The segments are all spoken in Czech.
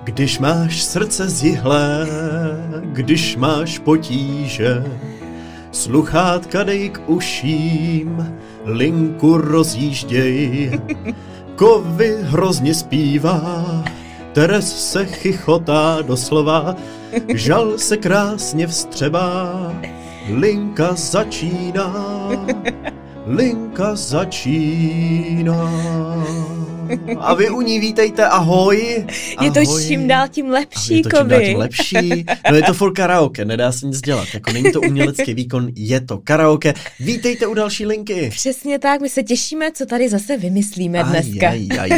Když máš srdce zihlé, když máš potíže, sluchátka dej k uším, linku rozjížděj. Kovy hrozně zpívá, Teres se chichotá doslova, žal se krásně vstřebá, linka začíná, linka začíná. A vy u ní vítejte, ahoj. Je to čím dál tím lepší, Kovy. Je to čím dál tím lepší. No je to for karaoke, nedá se nic dělat. Jako není to umělecký výkon, je to karaoke. Vítejte u další linky. Přesně tak, my se těšíme, co tady zase vymyslíme dneska.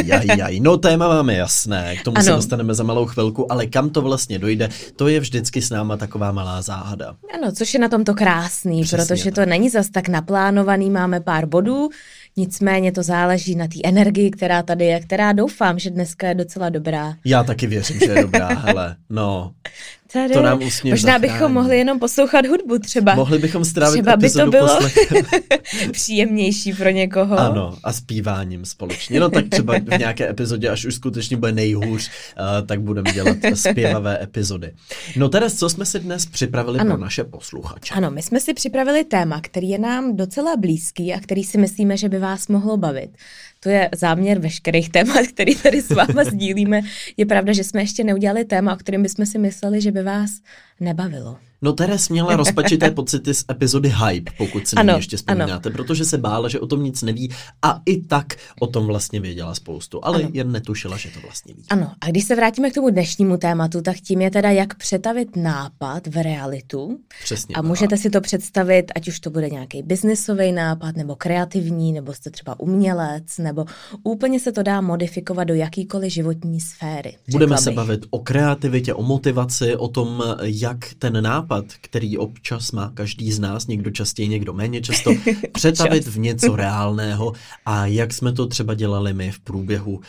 No téma máme jasné, k tomu se dostaneme za malou chvilku, ale kam to vlastně dojde, to je vždycky s náma taková malá záhada. Ano, což je na tom to krásný, přesně protože to není zas tak naplánovaný, máme pár bodů, nicméně to záleží na té energii, která tady je, která doufám, že dneska je docela dobrá. Já taky věřím, že je dobrá, hele, no. Tady, to nám úsměv možná zachrání. Bychom mohli jenom poslouchat hudbu třeba. Mohli bychom strávit třeba epizodu by to bylo poslechem. příjemnější pro někoho. Ano, a zpíváním společně. No tak třeba v nějaké epizodě, až už skutečně bude nejhůř, tak budeme dělat zpěvavé epizody. No teda, co jsme si dnes připravili pro naše posluchače? Ano, my jsme si připravili téma, který je nám docela blízký a který si myslíme, že by vás mohlo bavit. To je záměr veškerých témat, který tady s váma sdílíme. Je pravda, že jsme ještě neudělali téma, o kterém bychom si mysleli, že by vás nebavilo. No Teres měla rozpačité pocity z epizody Hype, pokud si na ještě vzpomínáte, protože se bála, že o tom nic neví a i tak o tom vlastně věděla spoustu, ale jen netušila, že to vlastně ví. Ano, a když se vrátíme k tomu dnešnímu tématu, tak tím je teda, jak přetavit nápad v realitu. Přesně. A můžete si to představit, ať už to bude nějaký biznisový nápad, nebo kreativní, nebo jste třeba umělec, nebo úplně se to dá modifikovat do jakýkoliv životní sféry. Budeme se bavit o kreativitě, o motivaci, o tom, jak ten nápad, který občas má každý z nás, někdo častěji, někdo méně často, přetavit v něco reálného a jak jsme to třeba dělali my v průběhu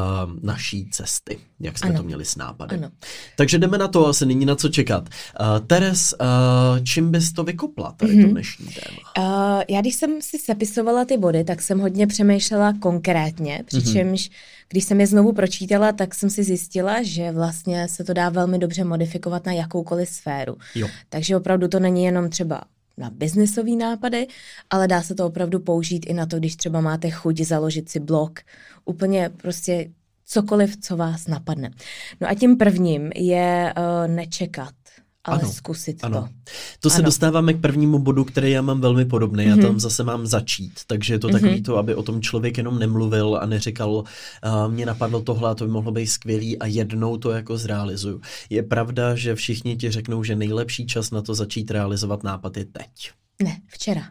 naší cesty, jak jsme to měli s nápady. Ano. Takže jdeme na to, asi není na co čekat. Teres, čím bys to vykopla, tady to dnešní téma? Já když jsem si sepisovala ty body, tak jsem hodně přemýšlela konkrétně, přičemž když jsem je znovu pročítala, tak jsem si zjistila, že vlastně se to dá velmi dobře modifikovat na jakoukoliv sféru. Jo. Takže opravdu to není jenom třeba na biznisový nápady, ale dá se to opravdu použít i na to, když třeba máte chuť založit si blog. Úplně prostě cokoliv, co vás napadne. No a tím prvním je nečekat, ale zkusit to. To se dostáváme k prvnímu bodu, který já mám velmi podobný. Já tam zase mám začít, takže je to takový to, aby o tom člověk jenom nemluvil a neříkal, mě napadlo tohle a to by mohlo být skvělý a jednou to jako zrealizuju. Je pravda, že všichni ti řeknou, že nejlepší čas na to začít realizovat nápad je teď. Ne, včera.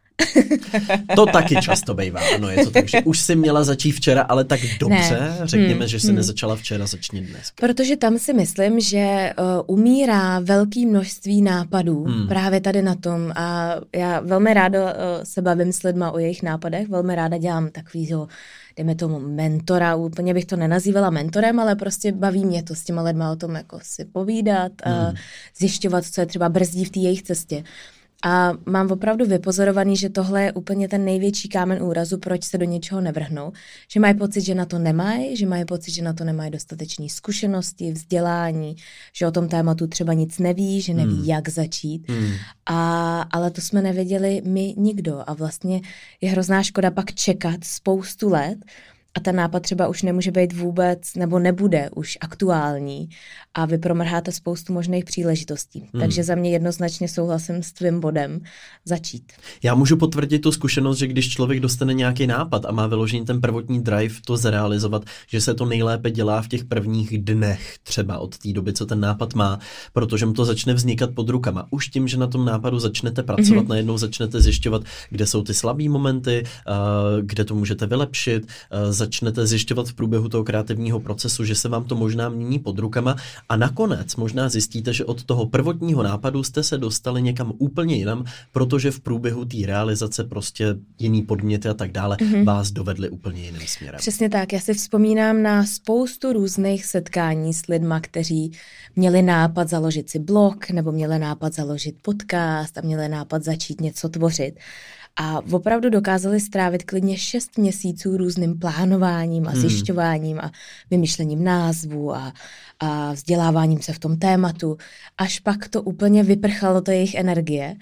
To taky často bývá, ano, je to tak, že už jsi měla začít včera, ale tak dobře, řekněme, že jsi nezačala včera, začni dnes. Protože tam si myslím, že umírá velké množství nápadů právě tady na tom a já velmi ráda se bavím s lidma o jejich nápadech, velmi ráda dělám takovýho, dejme tomu mentora, úplně bych to nenazývala mentorem, ale prostě baví mě to s těma lidma o tom jako si povídat a zjišťovat, co je třeba brzdí v té jejich cestě. A mám opravdu vypozorovaný, že tohle je úplně ten největší kámen úrazu, proč se do něčeho nevrhnou. Že mají pocit, že na to nemají, že mají pocit, že na to nemají dostatečné zkušenosti, vzdělání, že o tom tématu třeba nic neví, že neví, jak začít. Ale to jsme nevěděli my nikdo. A vlastně je hrozná škoda pak čekat spoustu let, a ten nápad třeba už nemůže být vůbec, nebo nebude už aktuální a vy promrháte spoustu možných příležitostí. Takže za mě jednoznačně souhlasím s tvým bodem začít. Já můžu potvrdit tu zkušenost, že když člověk dostane nějaký nápad a má vyložený ten prvotní drive to zrealizovat, že se to nejlépe dělá v těch prvních dnech třeba od té doby, co ten nápad má, protože mu to začne vznikat pod rukama. Už tím, že na tom nápadu začnete pracovat, najednou začnete zjišťovat, kde jsou ty slabý momenty, kde to můžete vylepšit, začnete zjišťovat v průběhu toho kreativního procesu, že se vám to možná mění pod rukama a nakonec možná zjistíte, že od toho prvotního nápadu jste se dostali někam úplně jinam, protože v průběhu té realizace prostě jiný podněty a tak dále vás dovedli úplně jiným směrem. Přesně tak, já si vzpomínám na spoustu různých setkání s lidma, kteří měli nápad založit si blog nebo měli nápad založit podcast a měli nápad začít něco tvořit. A opravdu dokázali strávit klidně 6 měsíců různým plánováním a zjišťováním a vymýšlením názvu a vzděláváním se v tom tématu, až pak to úplně vyprchalo to jejich energie.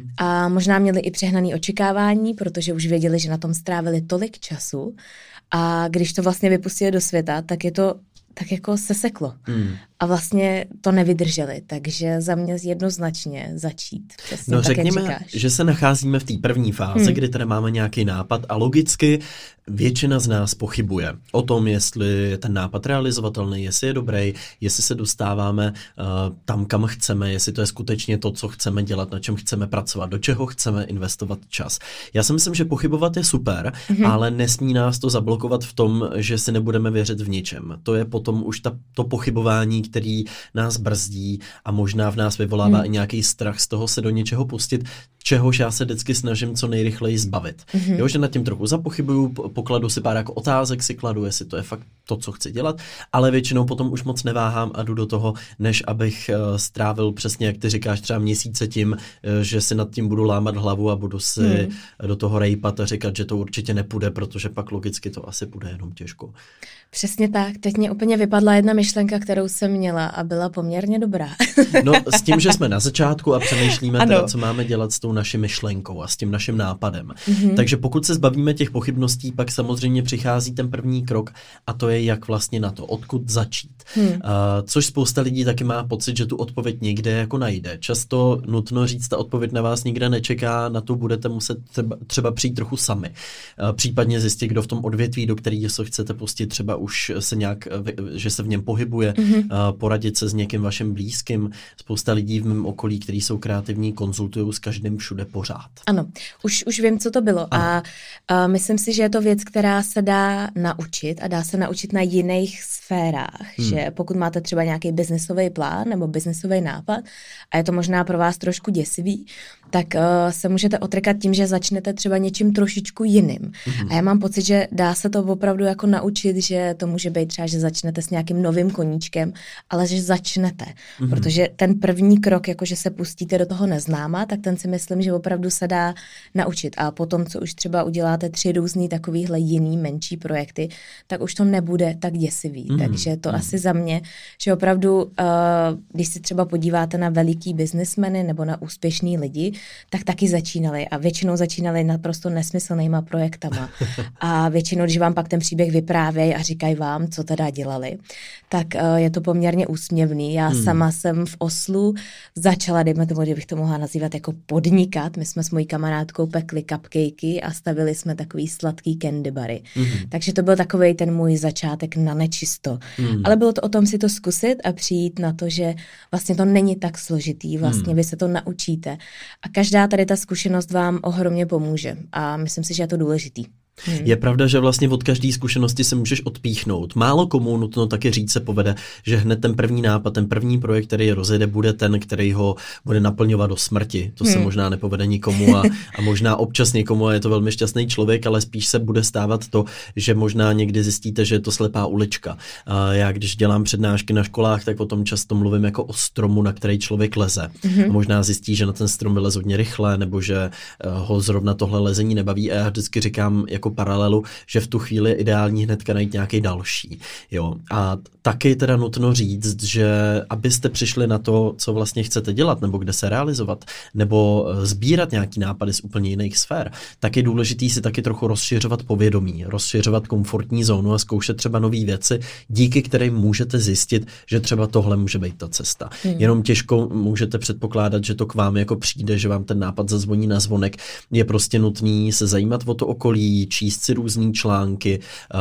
A možná měli i přehnané očekávání, protože už věděli, že na tom strávili tolik času a když to vlastně vypustili do světa, tak je to tak jako seseklo. A vlastně to nevydrželi, takže za mě jednoznačně začít. Přesně no tak, řekněme, že se nacházíme v té první fázi, kdy teda máme nějaký nápad a logicky většina z nás pochybuje o tom, jestli je ten nápad realizovatelný, jestli je dobrý, jestli se dostáváme tam, kam chceme, jestli to je skutečně to, co chceme dělat, na čem chceme pracovat, do čeho chceme investovat čas. Já si myslím, že pochybovat je super, ale nesmí nás to zablokovat v tom, že si nebudeme věřit v ničem. To je potom už to pochybování, který nás brzdí a možná v nás vyvolává i nějaký strach z toho se do něčeho pustit, čehož já se vždycky snažím co nejrychleji zbavit. Jo, že nad tím trochu zapochybuju, pokladu si pár jako otázek, si kladu, jestli to je fakt to, co chci dělat, ale většinou potom už moc neváhám a jdu do toho, než abych strávil přesně, jak ty říkáš, třeba měsíce tím, že si nad tím budu lámat hlavu a budu si do toho rejpat a říkat, že to určitě nepůjde, protože pak logicky to asi půjde jenom těžko. Přesně tak. Teď mě úplně vypadla jedna myšlenka, kterou jsem měla a byla poměrně dobrá. No s tím, že jsme na začátku a přemýšlíme teda, co máme dělat s tou naší myšlenkou a s tím naším nápadem. Takže pokud se zbavíme těch pochybností, pak samozřejmě přichází ten první krok a to je, jak vlastně na to, odkud začít. Což spousta lidí taky má pocit, že tu odpověď někde jako najde. Často nutno říct, ta odpověď na vás nikde nečeká, na to budete muset třeba přijít trochu sami. Případně zjistit, kdo v tom odvětví, do kterého se chcete pustit, třeba už se nějak, že se v něm pohybuje, poradit se s někým vaším blízkým. Spousta lidí v mém okolí, kteří jsou kreativní, konzultují s každým všude pořád. Ano, už vím, co to bylo. A myslím si, že je to věc, která se dá naučit a dá se naučit na jiných sférách. Že pokud máte třeba nějaký biznesový plán nebo biznesový nápad a je to možná pro vás trošku děsivý, tak se můžete otrkat tím, že začnete třeba něčím trošičku jiným. A já mám pocit, že dá se to opravdu jako naučit, že to může být třeba, že začnete s nějakým novým koníčkem, ale že začnete. Protože ten první krok, jako že se pustíte do toho neznáma, tak ten si myslím, že opravdu se dá naučit. A potom, co už třeba uděláte 3 různý takovýhle jiný menší projekty, tak už to nebude tak děsivý. Takže to asi za mě, že opravdu, když si třeba podíváte na veliký biznismeny nebo na úspěšný lidi, tak taky začínali a většinou začínali naprosto nesmyslnýma projektama. A většinou, když vám pak ten příběh vyprávějí a říkají vám, co teda dělali, tak je to poměrně úsměvný. Já sama jsem v Oslu začala, dejme tomu, kdybych to mohla nazývat jako podnikat. My jsme s mojí kamarádkou pekli cupcakey a stavili jsme takový sladký candy bary. Takže to byl takovej ten můj začátek na nečisto. Ale bylo to o tom si to zkusit a přijít na to, že vlastně to není tak složitý, vlastně vy se to naučíte. A každá tady ta zkušenost vám ohromně pomůže a myslím si, že je to důležitý. Je pravda, že vlastně od každé zkušenosti se můžeš odpíchnout. Málo komu nutno taky říct se povede, že hned ten první nápad, ten první projekt, který je rozjede, bude ten, který ho bude naplňovat do smrti. To se možná nepovede nikomu a možná občas někomu a je to velmi šťastný člověk, ale spíš se bude stávat to, že možná někdy zjistíte, že je to slepá ulička. Já když dělám přednášky na školách, tak o tom často mluvím jako o stromu, na který člověk leze. A možná zjistí, že na ten strom vyleze hodně rychle, nebo že ho zrovna tohle lezení nebaví a já vždycky říkám jako paralelu, že v tu chvíli je ideální hnedka najít nějaký další. Jo. A taky teda nutno říct, že abyste přišli na to, co vlastně chcete dělat, nebo kde se realizovat, nebo sbírat nějaký nápady z úplně jiných sfér, tak je důležitý si taky trochu rozšiřovat povědomí, rozšiřovat komfortní zónu a zkoušet třeba nové věci, díky kterým můžete zjistit, že třeba tohle může být ta cesta. Jenom těžko můžete předpokládat, že to k vám jako přijde, že vám ten nápad zazvoní na zvonek. Je prostě nutný se zajímat o to okolí, číst si různý články.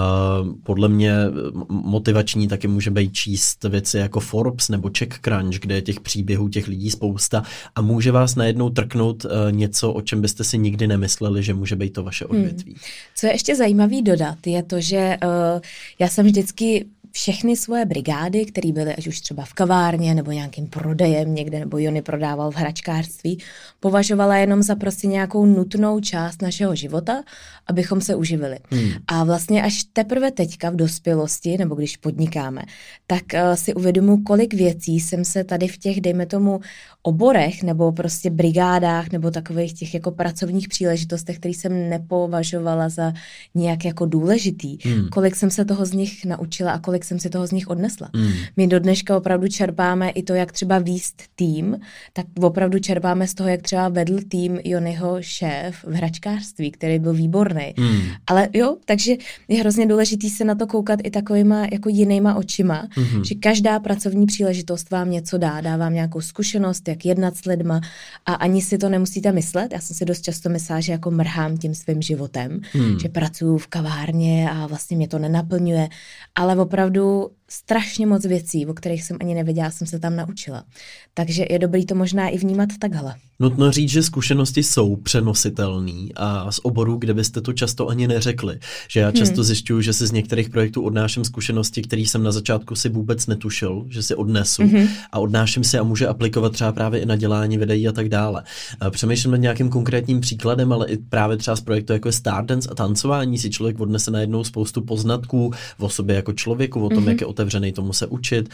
Podle mě motivační taky může být číst věci jako Forbes nebo CheckCrunch, kde je těch příběhů těch lidí spousta a může vás najednou trknout něco, o čem byste si nikdy nemysleli, že může být to vaše odvětví. Co je ještě zajímavý dodat, je to, že já jsem vždycky všechny svoje brigády, které byly ať už třeba v kavárně nebo nějakým prodejem někde, nebo Jony prodával v hračkářství, považovala jenom za prostě nějakou nutnou část našeho života, abychom se uživili. A vlastně až teprve teďka v dospělosti, nebo když podnikáme, tak si uvědomuji, kolik věcí jsem se tady v těch, dejme tomu, oborech nebo prostě brigádách nebo takových těch jako pracovních příležitostech, které jsem nepovažovala za nějak jako důležitý, kolik jsem se toho z nich naučila a kolik jsem si toho z nich odnesla. My do dneška opravdu čerpáme i to, jak třeba vést tým, tak opravdu čerpáme z toho, jak třeba vedl tým Jonyho šéf v hračkářství, který byl výborný. Ale jo, takže je hrozně důležitý se na to koukat i takovýma jako jinýma očima, že každá pracovní příležitost vám něco dá vám nějakou zkušenost, jak jednat s lidma a ani si to nemusíte myslet. Já jsem si dost často myslela, že jako mrhám tím svým životem, že pracuji v kavárně a vlastně mě to nenaplňuje, ale opravdu strašně moc věcí, o kterých jsem ani nevěděla, jsem se tam naučila. Takže je dobrý to možná i vnímat takhle. Nutno říct, že zkušenosti jsou přenositelné a z oborů, kde byste to často ani neřekli. Že já často zjišťuju, že si z některých projektů odnáším zkušenosti, které jsem na začátku si vůbec netušil, že si odnesu a odnáším si a může aplikovat třeba právě i na dělání videí a tak dále. Přemýšlím nad nějakým konkrétním příkladem, ale i právě třeba z projektu jako je Stardance a tancování si člověk odnese najednou spoustu poznatků o sobě jako člověku, o tom, jak je otevřený tomu se učit,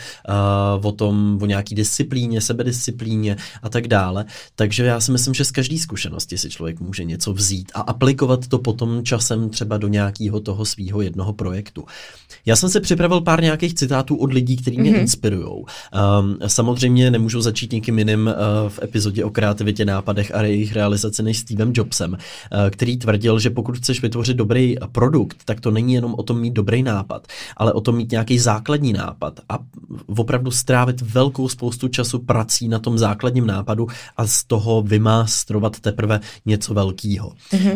o nějaký disciplíně, sebedisciplíně a tak dále. Takže já si myslím, že z každé zkušenosti si člověk může něco vzít a aplikovat to potom časem třeba do nějakého toho svýho jednoho projektu. Já jsem si připravil pár nějakých citátů od lidí, kteří mě inspirujou. Samozřejmě nemůžu začít nikým jiným v epizodě o kreativitě, nápadech a jejich realizaci než Stevem Jobsem, který tvrdil, že pokud chceš vytvořit dobrý produkt, tak to není jenom o tom mít dobrý nápad, ale o tom mít nějaký základní nápad a opravdu strávit velkou spoustu času prací na tom základním nápadu a z toho vymástrovat teprve něco velkýho.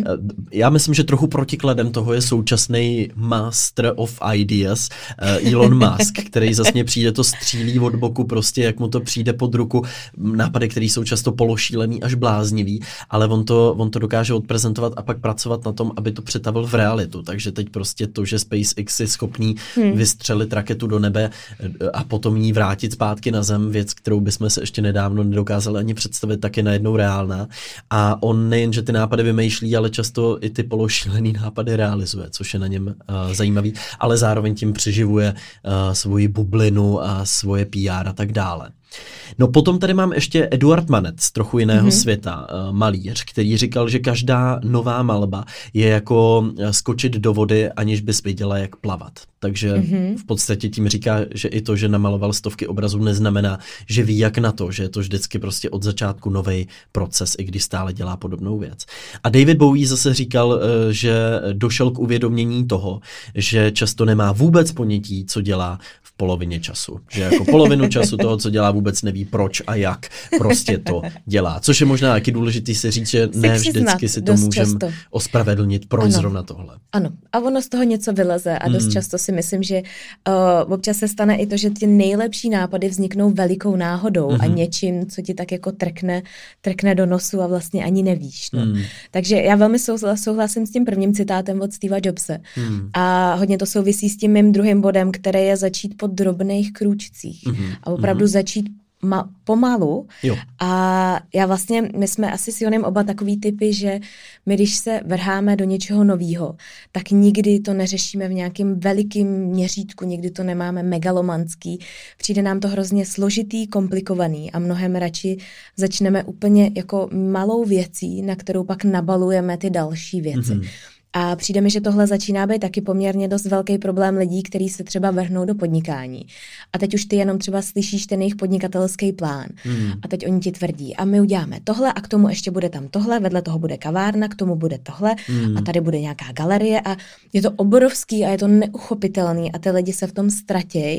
Já myslím, že trochu protikladem toho je současný master of ideas Elon Musk, který zase přijde, to střílí od boku prostě, jak mu to přijde pod ruku, nápady, které jsou často pološílený až bláznivý, ale on to dokáže odprezentovat a pak pracovat na tom, aby to přetavil v realitu. Takže teď prostě to, že SpaceX je schopný vystřelit raketu do nebe a potom jí vrátit zpátky na Zem, věc, kterou bychom se ještě nedávno nedokázali ani představit, tak je najednou reálná. A on nejen, že ty nápady vymýšlí, ale často i ty pološílený nápady realizuje, což je na něm zajímavý, ale zároveň tím přeživuje svoji bublinu a svoje PR a tak dále. No potom tady mám ještě Eduard Manec z trochu jiného světa, malíř, který říkal, že každá nová malba je jako skočit do vody, aniž bys věděla, jak plavat. Takže v podstatě tím říká, že i to, že namaloval stovky obrazů, neznamená, že ví jak na to, že je to vždycky prostě od začátku nový proces, i když stále dělá podobnou věc. A David Bowie zase říkal, že došel k uvědomění toho, že často nemá vůbec ponětí, co dělá v polovině času. Že jako polovinu času toho, co dělá, vůbec neví proč a jak prostě to dělá. Což je možná taky důležitý si říct, že ne vždycky si to můžeme ospravedlnit, proč zrovna tohle. Ano, a ono z toho něco vyleze a dost často si myslím, že občas se stane i to, že ty nejlepší nápady vzniknou velikou náhodou a něčím, co ti tak jako trkne do nosu a vlastně ani nevíš. No. Takže já velmi souhlasím s tím prvním citátem od Steva Jobse a hodně to souvisí s tím mým druhým bodem, který je začít po drobných krůčcích a opravdu začít pomalu. Jo. A my jsme asi s Jonem oba takový typy, že my, když se vrháme do něčeho novýho, tak nikdy to neřešíme v nějakém velikém měřítku, nikdy to nemáme megalomanský. Přijde nám to hrozně složitý, komplikovaný a mnohem radši začneme úplně jako malou věcí, na kterou pak nabalujeme ty další věci. A přijde mi, že tohle začíná být taky poměrně dost velký problém lidí, kteří se třeba vrhnou do podnikání. A teď už ty jenom třeba slyšíš ten jejich podnikatelský plán. A teď oni ti tvrdí, a my uděláme tohle a k tomu ještě bude tam tohle, vedle toho bude kavárna, k tomu bude tohle a tady bude nějaká galerie a je to obrovský a je to neuchopitelný a ty lidi se v tom ztratějí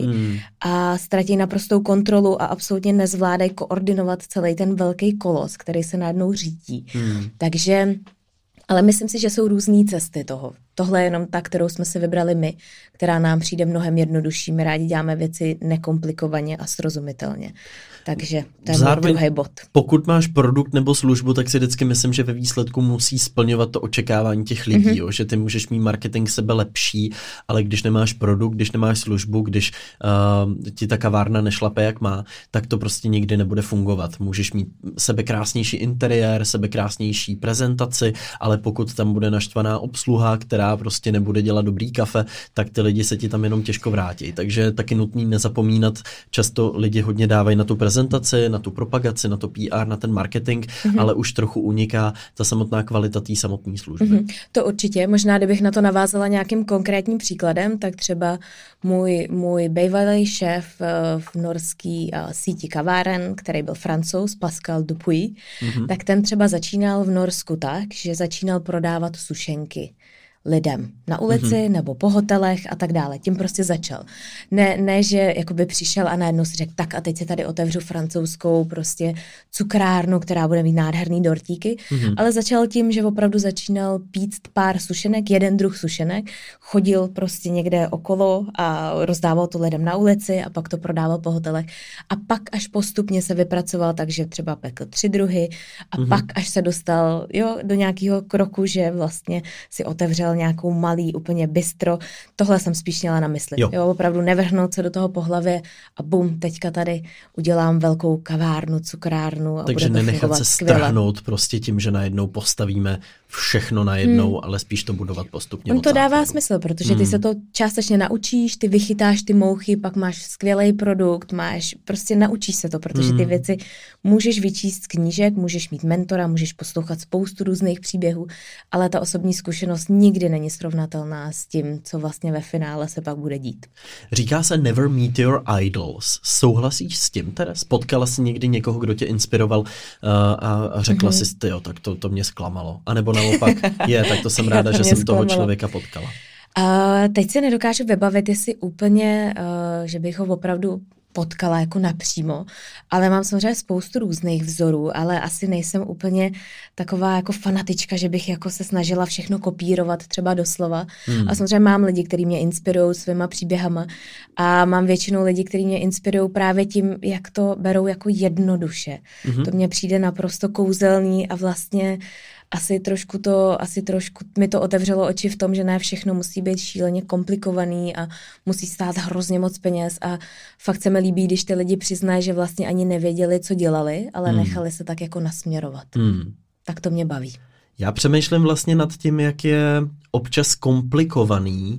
a ztratí naprostou kontrolu a absolutně nezvládají koordinovat celý ten velký kolos, který se najednou řídí. Takže ale myslím si, že jsou různé cesty toho. tohle je jenom ta, kterou jsme si vybrali my, která nám přijde mnohem jednodušší. My rádi děláme věci nekomplikovaně a srozumitelně. Takže to je můj druhý bod. Pokud máš produkt nebo službu, tak si vždycky myslím, že ve výsledku musí splňovat to očekávání těch lidí, že ty můžeš mít marketing sebe lepší, ale když nemáš produkt, když nemáš službu, když ti ta kavárna nešlape jak má, tak to prostě nikdy nebude fungovat. Můžeš mít sebekrásnější interiér, sebekrásnější prezentaci, ale pokud tam bude naštvaná obsluha, která prostě nebude dělat dobrý kafe, tak ty lidi se ti tam jenom těžko vrátí. Takže je taky nutný nezapomínat, často lidi hodně dávají na tu prezentaci, na tu propagaci, na to PR, na ten marketing, ale už trochu uniká ta samotná kvalita té samotné služby. To určitě. Možná, kdybych na to navázala nějakým konkrétním příkladem, tak třeba můj bývalý šéf v norský síti kaváren, který byl Francouz, Pascal Dupuy, tak ten třeba začínal v Norsku tak, že začínal prodávat sušenky lidem na ulici nebo po hotelech a tak dále. Tím prostě začal. Ne, že jakoby přišel a najednou si řekl, tak a teď si tady otevřu francouzskou prostě cukrárnu, která bude mít nádherný dortíky, ale začal tím, že opravdu začínal pít pár sušenek, jeden druh sušenek, chodil prostě někde okolo a rozdával to lidem na ulici a pak to prodával po hotelech a pak až postupně se vypracoval, takže třeba pekl 3 druhy a pak až se dostal do nějakého kroku, že vlastně si otevřel nějakou malý úplně bistro. Tohle jsem spíš měla na mysli. Jo, opravdu nevrhnout se do toho po hlavě a bum, teďka tady udělám velkou kavárnu, cukrárnu a takže bude to nenechat fungovat se skvěle. strhnout prostě tím, že najednou postavíme všechno najednou, ale spíš to budovat postupně. On to dává smysl, protože ty se to částečně naučíš, ty vychytáš ty mouchy, pak máš skvělý produkt, prostě naučíš se to, protože ty věci můžeš vyčíst z knížek, můžeš mít mentora, můžeš poslouchat spoustu různých příběhů, ale ta osobní zkušenost nikdy není srovnatelná s tím, co vlastně ve finále se pak bude dít. Říká se never meet your idols. Souhlasíš s tím teda? Spotkala jsi někdy někoho, kdo tě inspiroval a řekla si, tyjo, tak to mě zklamalo. A nebo naopak, tak to jsem ráda, že jsem toho člověka potkala. Teď si nedokážu vybavit, jestli úplně, že bych ho opravdu potkala jako napřímo, ale mám samozřejmě spoustu různých vzorů, ale asi nejsem úplně taková jako fanatička, že bych jako se snažila všechno kopírovat třeba doslova. A samozřejmě mám lidi, kteří mě inspirují svýma příběhama a mám většinou lidi, kteří mě inspirují právě tím, jak to berou jako jednoduše. To mně přijde naprosto kouzelný a vlastně asi trošku mi to otevřelo oči v tom, že ne všechno musí být šíleně komplikovaný a musí stát hrozně moc peněz a fakt se mi líbí, když ty lidi přiznají, že vlastně ani nevěděli, co dělali, ale nechali se tak jako nasměrovat. Tak to mě baví. Já přemýšlím vlastně nad tím, jak je občas komplikovaný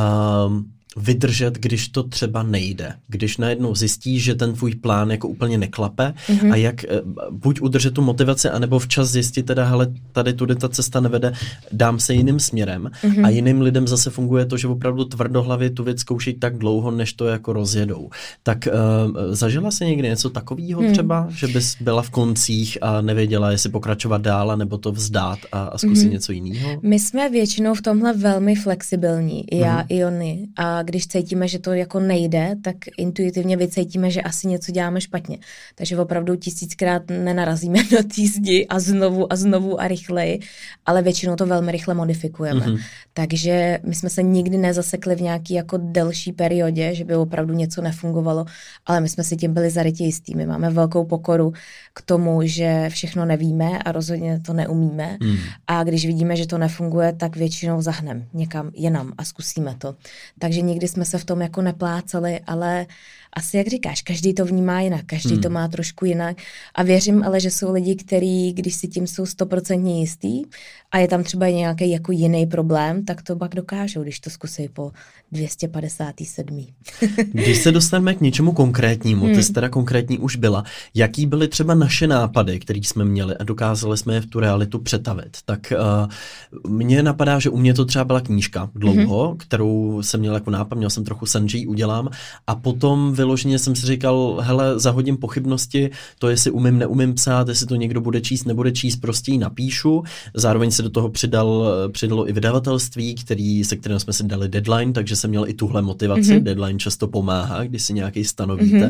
vydržet, když to třeba nejde. Když najednou zjistíš, že ten tvůj plán jako úplně neklape a jak buď udržet tu motivaci, anebo včas zjistit teda, hele, tady tudy ta cesta nevede, dám se jiným směrem. A jiným lidem zase funguje to, že opravdu tvrdohlavě tu věc zkouší tak dlouho, než to jako rozjedou. Tak zažila jsi někdy něco takového třeba, že bys byla v koncích a nevěděla, jestli pokračovat dál, nebo to vzdát a zkusit něco jiného? My jsme většinou v tomhle velmi flexibilní, i já, i oni. A když cítíme, že to jako nejde, tak intuitivně vycítíme, že asi něco děláme špatně. Takže opravdu 1000krát nenarazíme na té zdi a znovu a rychleji, ale většinou to velmi rychle modifikujeme. Takže my jsme se nikdy nezasekli v nějaký jako delší periodě, že by opravdu něco nefungovalo, ale my jsme si tím byli zarytě jistí. My máme velkou pokoru k tomu, že všechno nevíme a rozhodně to neumíme. A když vidíme, že to nefunguje, tak většinou zahneme někam jinam a zkusíme to. Takže nikdy jsme se v tom jako neplácali, ale asi, jak říkáš, každý to vnímá jinak, každý to má trošku jinak a věřím ale, že jsou lidi, kteří, když si tím jsou 100% jistý a je tam třeba nějaký jako jiný problém, tak to pak dokážou, když to zkusí po 257. Když se dostaneme k něčemu konkrétnímu, ty jsi teda konkrétní už byla, jaký byly třeba naše nápady, které jsme měli a dokázali jsme je v tu realitu přetavit, tak mně napadá, že u mě to třeba byla knížka dlouho, kterou jsem měl jako nápad, měl jsem trochu sen, že ji udělám a potom vyloženě jsem si říkal, hele, zahodím pochybnosti, to jestli neumím psát, jestli to někdo bude číst, nebude číst, prostě ji napíšu. Zároveň se do toho přidalo i vydavatelství, se kterým jsme si dali deadline, takže jsem měl i tuhle motivaci. Deadline často pomáhá, když si nějaký stanovíte.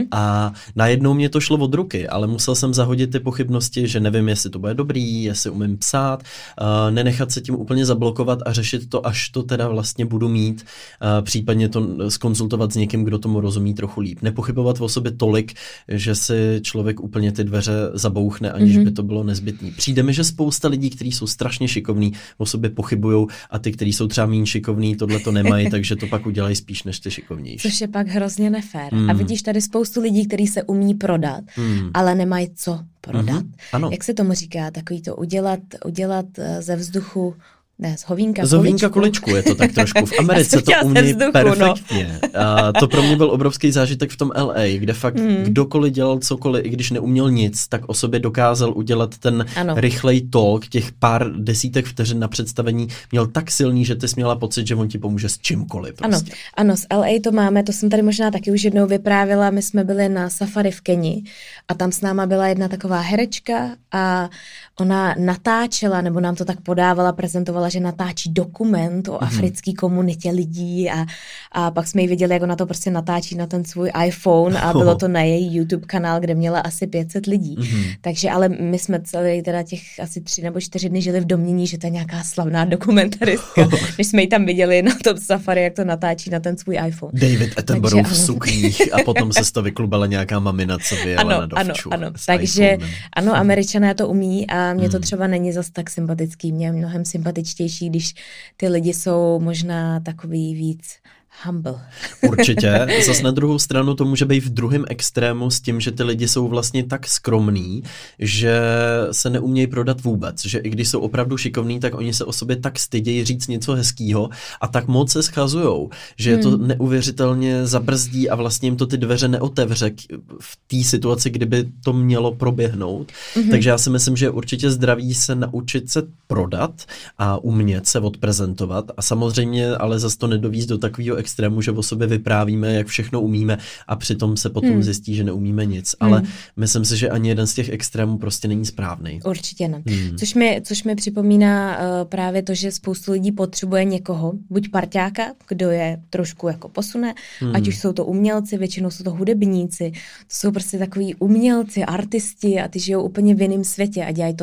A najednou mě to šlo od ruky, ale musel jsem zahodit ty pochybnosti, že nevím, jestli to bude dobrý, jestli umím psát, nenechat se tím úplně zablokovat a řešit to, až to teda vlastně budu mít, případně to zkonzultovat s někým, kdo tomu rozumí trochu líp. Nepochybovat o sobě tolik, že si člověk úplně ty dveře zabouchne, aniž by to bylo nezbytný. Přijde mi, že spousta lidí, kteří jsou strašně šikovní, o sobě pochybujou a ty, kteří jsou třeba méně šikovní, tohle to nemají, takže to pak udělají spíš než ty šikovnější. Což je pak hrozně nefér. A vidíš tady spoustu lidí, kteří se umí prodat, ale nemají co prodat. Ano. Jak se tomu říká? Takový to udělat ze vzduchu, ne, z hovínka kuličku je to tak trošku. V Americe to umí perfektně. A to pro mě byl obrovský zážitek v tom LA, kde fakt kdokoliv dělal cokoliv, i když neuměl nic, tak o sobě dokázal udělat ten rychlej talk, těch pár desítek vteřin na představení měl tak silný, že ty jsi měla pocit, že on ti pomůže s čímkoliv. Prostě. Ano, z LA to máme, to jsem tady možná taky už jednou vyprávila, my jsme byli na safari v Keni a tam s náma byla jedna taková herečka a ona natáčela, nebo nám to tak podávala, prezentovala, že natáčí dokument o africké komunitě lidí a pak jsme ji viděli, jak ona to prostě natáčí na ten svůj iPhone a bylo to na její YouTube kanál, kde měla asi 500 lidí. Takže ale my jsme celý teda těch asi 3 nebo 4 dny žili v domnění, že to je nějaká slavná dokumentaristka, než jsme ji tam viděli na tom safari, jak to natáčí na ten svůj iPhone. David Attenborough v sukních a potom se z toho vyklubala nějaká mamina, co vyjela na dovču. Ano. Takže ano, Američané to umí a mě to třeba není zas tak sympatický. Mě je mnohem sympatičtější, když ty lidi jsou možná takový víc humble. Určitě. Zas na druhou stranu to může být v druhém extrému s tím, že ty lidi jsou vlastně tak skromní, že se neumějí prodat vůbec. Že i když jsou opravdu šikovní, tak oni se o sobě tak stydějí říct něco hezkýho a tak moc se schazujou, že je to neuvěřitelně zabrzdí a vlastně jim to ty dveře neotevře v té situaci, kdyby to mělo proběhnout. Takže já si myslím, že je určitě zdravý se naučit se prodat a umět se odprezentovat a samozřejmě ale zas to nedovízt do takového extrému, že o sobě vyprávíme, jak všechno umíme a přitom se potom zjistí, že neumíme nic. Ale myslím si, že ani jeden z těch extrémů prostě není správný. Určitě ne. Což mi připomíná právě to, že spoustu lidí potřebuje někoho, buď parťáka, kdo je trošku jako posune, ať už jsou to umělci, většinou jsou to hudebníci, to jsou prostě takový umělci, artisti a ty žijou úplně v jiném světě a dělají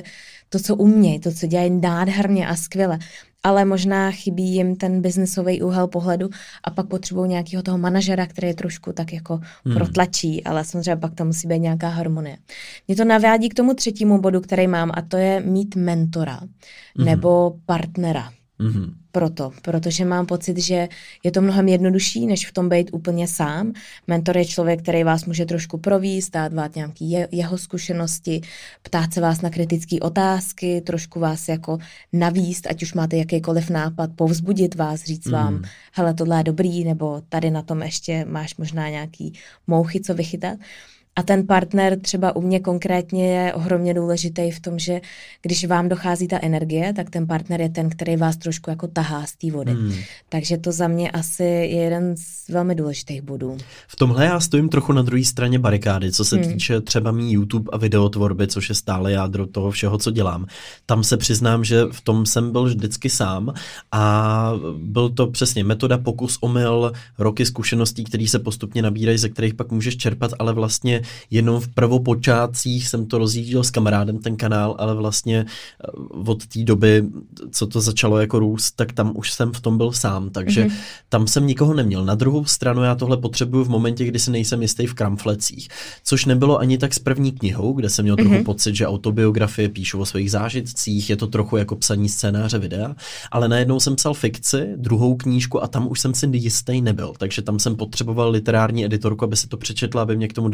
to, co umějí, to, co dělají nádherně a skvěle. Ale možná chybí jim ten biznesový úhel pohledu a pak potřebují nějakého toho manažera, který je trošku tak jako protlačí, ale samozřejmě pak tam musí být nějaká harmonie. Mě to navádí k tomu 3. bodu, který mám a to je mít mentora nebo partnera. Protože mám pocit, že je to mnohem jednodušší, než v tom být úplně sám. Mentor je člověk, který vás může trošku provést, dát vás nějaký jeho zkušenosti, ptát se vás na kritické otázky, trošku vás jako navíst, ať už máte jakýkoliv nápad, povzbudit vás, říct vám, hele, tohle je dobrý, nebo tady na tom ještě máš možná nějaký mouchy, co vychytat. A ten partner třeba u mě konkrétně je ohromně důležitý v tom, že když vám dochází ta energie, tak ten partner je ten, který vás trošku jako tahá z té vody. Takže to za mě asi je jeden z velmi důležitých bodů. V tomhle já stojím trochu na druhé straně barikády, co se týče třeba mý YouTube a videotvorby, což je stále jádro toho všeho, co dělám. Tam se přiznám, že v tom jsem byl vždycky sám a byl to přesně metoda pokus omyl, roky zkušeností, které se postupně nabírají, ze kterých pak můžeš čerpat, ale vlastně jenom v prvopočátcích jsem to rozjížděl s kamarádem ten kanál, ale vlastně od té doby, co to začalo jako růst, tak tam už jsem v tom byl sám, takže tam jsem nikoho neměl. Na druhou stranu já tohle potřebuju v momentě, kdy si nejsem jistý v kramflecích, což nebylo ani tak s první knihou, kde jsem měl trochu pocit, že autobiografie píšu o svých zážitcích, je to trochu jako psaní scénáře videa, ale najednou jsem psal fikci, druhou knížku a tam už jsem si jistý nebyl, takže tam jsem potřeboval literární editorku, aby se to přečetla, aby mě k tomu dala zpětnou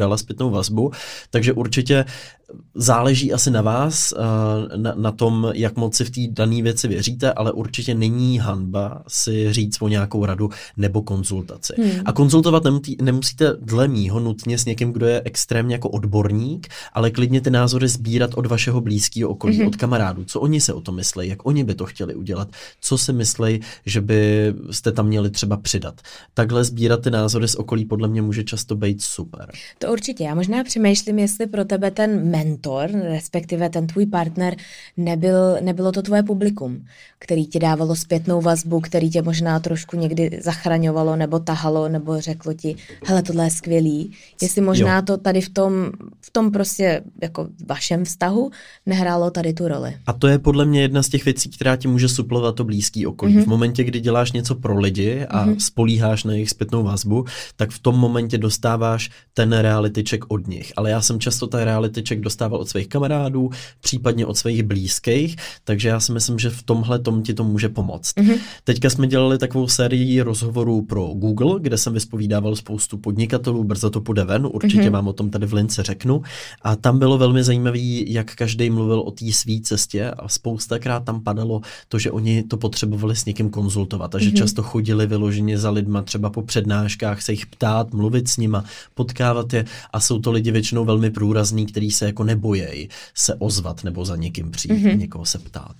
zpětnou vazbu, takže určitě záleží asi na vás, na tom, jak moc si v té dané věci věříte, ale určitě není hanba si říct o nějakou radu nebo konzultaci. A konzultovat nemusíte dle mýho nutně s někým, kdo je extrémně jako odborník, ale klidně ty názory sbírat od vašeho blízkého okolí, od kamarádů, co oni se o tom myslejí, jak oni by to chtěli udělat, co si myslejí, že by jste tam měli třeba přidat. Takhle sbírat ty názory z okolí podle mě může často být super. To určitě. Já možná přemýšlím, jestli pro tebe ten mentor, respektive ten tvůj partner, nebylo to tvoje publikum, který ti dávalo zpětnou vazbu, který tě možná trošku někdy zachraňovalo nebo tahalo, nebo řeklo ti, hele, tohle je skvělý. Jestli možná to tady v tom prostě jako vašem vztahu nehrálo tady tu roli. A to je podle mě jedna z těch věcí, která ti může suplovat to blízký okolí. V momentě, kdy děláš něco pro lidi a spolíháš na jejich zpětnou vazbu, tak v tom momentě dostáváš ten reality check od nich. Ale já jsem často ten reality check dostával od svých kamarádů, případně od svých blízkých, takže já si myslím, že v tomhle tom ti to může pomoct. Teďka jsme dělali takovou sérii rozhovorů pro Google, kde jsem vyspovídával spoustu podnikatelů, brzo to půjde ven, určitě vám o tom tady v lince řeknu. A tam bylo velmi zajímavý, jak každý mluvil o té své cestě a spoustakrát tam padalo to, že oni to potřebovali s někým konzultovat a že často chodili vyloženě za lidma třeba po přednáškách se jich ptát, mluvit s nima, potkávat je a jsou to lidi většinou velmi průrazní, kteří se jako nebojejí se ozvat nebo za někým přijít, někoho se ptát.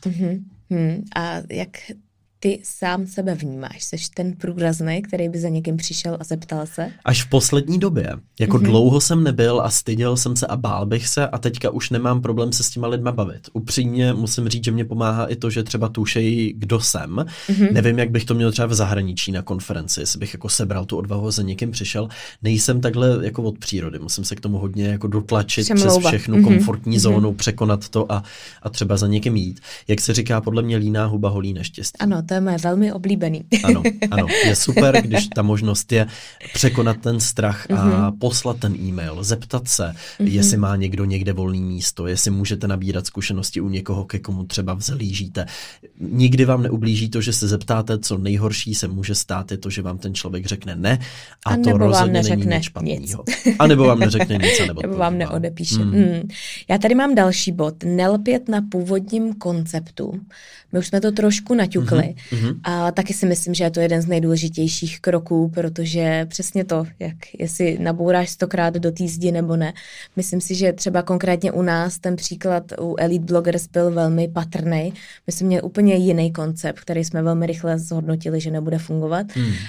A jak ty sám sebe vnímáš? Jseš ten průrazný, který by za někým přišel a zeptal se? Až v poslední době. Jako dlouho jsem nebyl a styděl jsem se a bál bych se a teďka už nemám problém se s těma lidma bavit. Upřímně musím říct, že mě pomáhá i to, že třeba tušejí, kdo jsem. Nevím, jak bych to měl třeba v zahraničí na konferenci, jestli bych jako sebral tu odvahu a za někým přišel. Nejsem takhle jako od přírody. Musím se k tomu hodně jako dotlačit přes všechnu komfortní zónu, překonat to a třeba za někým jít. Jak se říká, podle mě líná huba holí neštěstí. Ano, to je moje velmi oblíbený. Ano, je super, když ta možnost je překonat ten strach a poslat ten e-mail, zeptat se, jestli má někdo někde volný místo, jestli můžete nabírat zkušenosti u někoho, ke komu třeba vzhlížíte. Nikdy vám neublíží to, že se zeptáte, co nejhorší se může stát, je to, že vám ten člověk řekne ne a to rozhodně není nic špatného. A nebo vám neřekne nic, nebo vám neodepíše. Já tady mám další bod. Nelpět na původním konceptu. My už jsme to trošku naťukli a taky si myslím, že je to jeden z nejdůležitějších kroků, protože přesně to, jak jestli nabouráš 100krát do té zdi nebo ne. Myslím si, že třeba konkrétně u nás ten příklad u Elite Bloggers byl velmi patrný. My jsme měli úplně jiný koncept, který jsme velmi rychle zhodnotili, že nebude fungovat.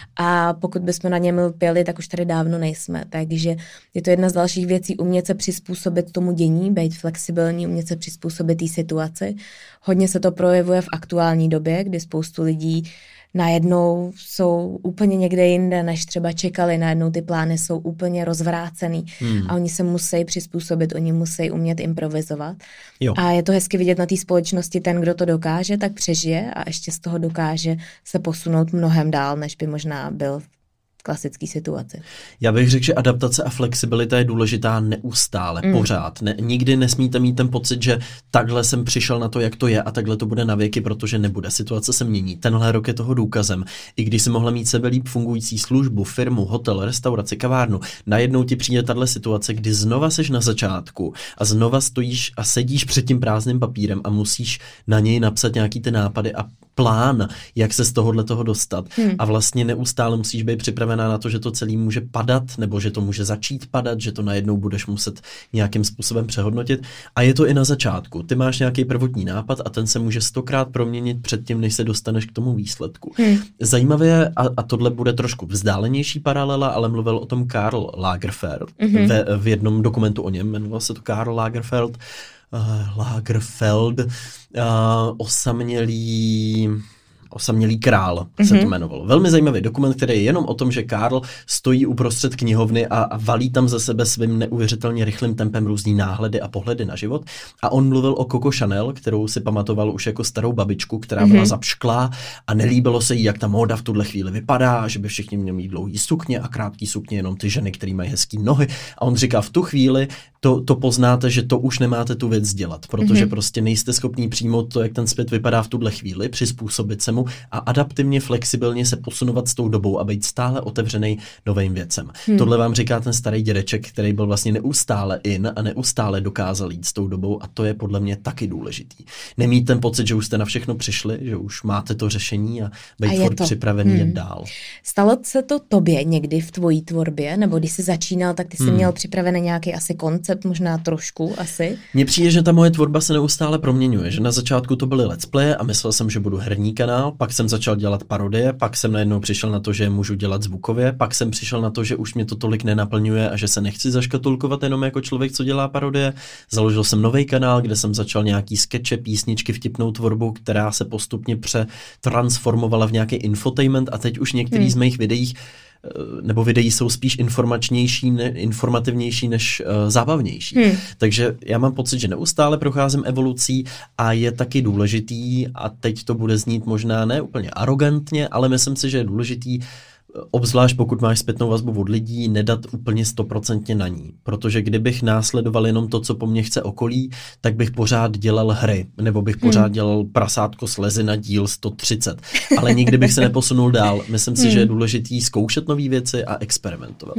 A pokud bychom na něm lpěli, tak už tady dávno nejsme. Takže je to jedna z dalších věcí, umět se přizpůsobit tomu dění, být flexibilní, umět se přizpůsobit té situaci. Hodně se to projevuje v aktuální době, kdy spoustu lidí najednou jsou úplně někde jinde, než třeba čekali, najednou ty plány jsou úplně rozvrácený a oni se musí přizpůsobit, oni musí umět improvizovat. Jo. A je to hezky vidět na té společnosti, ten, kdo to dokáže, tak přežije a ještě z toho dokáže se posunout mnohem dál, než by možná byl klasické situaci. Já bych řekl, že adaptace a flexibilita je důležitá neustále, pořád. Nikdy nesmíte mít ten pocit, že takhle jsem přišel na to, jak to je a takhle to bude na věky, protože nebude. Situace se mění. Tenhle rok je toho důkazem. I když si mohla mít sebelíp fungující službu, firmu, hotel, restauraci, kavárnu, najednou ti přijde tahle situace, kdy znova seš na začátku a znova stojíš a sedíš před tím prázdným papírem a musíš na něj napsat nějaký ty nápady a plán, jak se z tohohle toho dostat. A vlastně neustále musíš být připravená na to, že to celý může padat, nebo že to může začít padat, že to najednou budeš muset nějakým způsobem přehodnotit. A je to i na začátku. Ty máš nějaký prvotní nápad a ten se může 100krát proměnit předtím, než se dostaneš k tomu výsledku. Zajímavé, a tohle bude trošku vzdálenější paralela, ale mluvil o tom Karl Lagerfeld v jednom dokumentu o něm, jmenoval se to Karl Lagerfeld, Osamělý král se to jmenovalo. Velmi zajímavý dokument, který je jenom o tom, že Karl stojí uprostřed knihovny a valí tam ze sebe svým neuvěřitelně rychlým tempem různý náhledy a pohledy na život. A on mluvil o Coco Chanel, kterou si pamatoval už jako starou babičku, která byla zapšklá a nelíbilo se jí, jak ta móda v tuhle chvíli vypadá, že by všichni měli mít dlouhý sukně a krátký sukně jenom ty ženy, které mají hezký nohy. A on říká, v tu chvíli to poznáte, že to už nemáte tu věc dělat, protože prostě nejste schopní přijmout to, jak ten svět vypadá v tuhle chvíli, přizpůsobit se mu a adaptivně, flexibilně se posunovat s tou dobou a být stále otevřený novým věcem. Tohle vám říká ten starý dědeček, který byl vlastně neustále in a neustále dokázal jít s tou dobou a to je podle mě taky důležitý. Nemít ten pocit, že už jste na všechno přišli, že už máte to řešení a být furt připravený jet dál. Stalo se to tobě někdy v tvojí tvorbě, nebo když jsi začínal, tak ty jsi měl připravený nějaký asi koncept, možná trošku asi? Mně přijde, že ta moje tvorba se neustále proměňuje, že na začátku to byly let's play a myslel jsem, že budu herní kanál, pak jsem začal dělat parodie, pak jsem najednou přišel na to, že můžu dělat zvukově, pak jsem přišel na to, že už mě to tolik nenaplňuje a že se nechci zaškatulkovat jenom jako člověk, co dělá parodie. Založil jsem nový kanál, kde jsem začal nějaký skeče, písničky, vtipnou tvorbu, která se postupně přetransformovala v nějaký infotainment a teď už některý z mých videí jsou spíš informativnější než zábavnější. Takže já mám pocit, že neustále procházím evolucí a je taky důležitý, a teď to bude znít možná ne úplně arrogantně, ale myslím si, že je důležitý, obzvlášť pokud máš zpětnou vazbu od lidí, nedat úplně 100% na ní. Protože kdybych následoval jenom to, co po mně chce okolí, tak bych pořád dělal hry, nebo bych pořád dělal Prasátko slezy na díl 130. Ale nikdy bych se neposunul dál. Myslím si, že je důležitý zkoušet nové věci a experimentovat.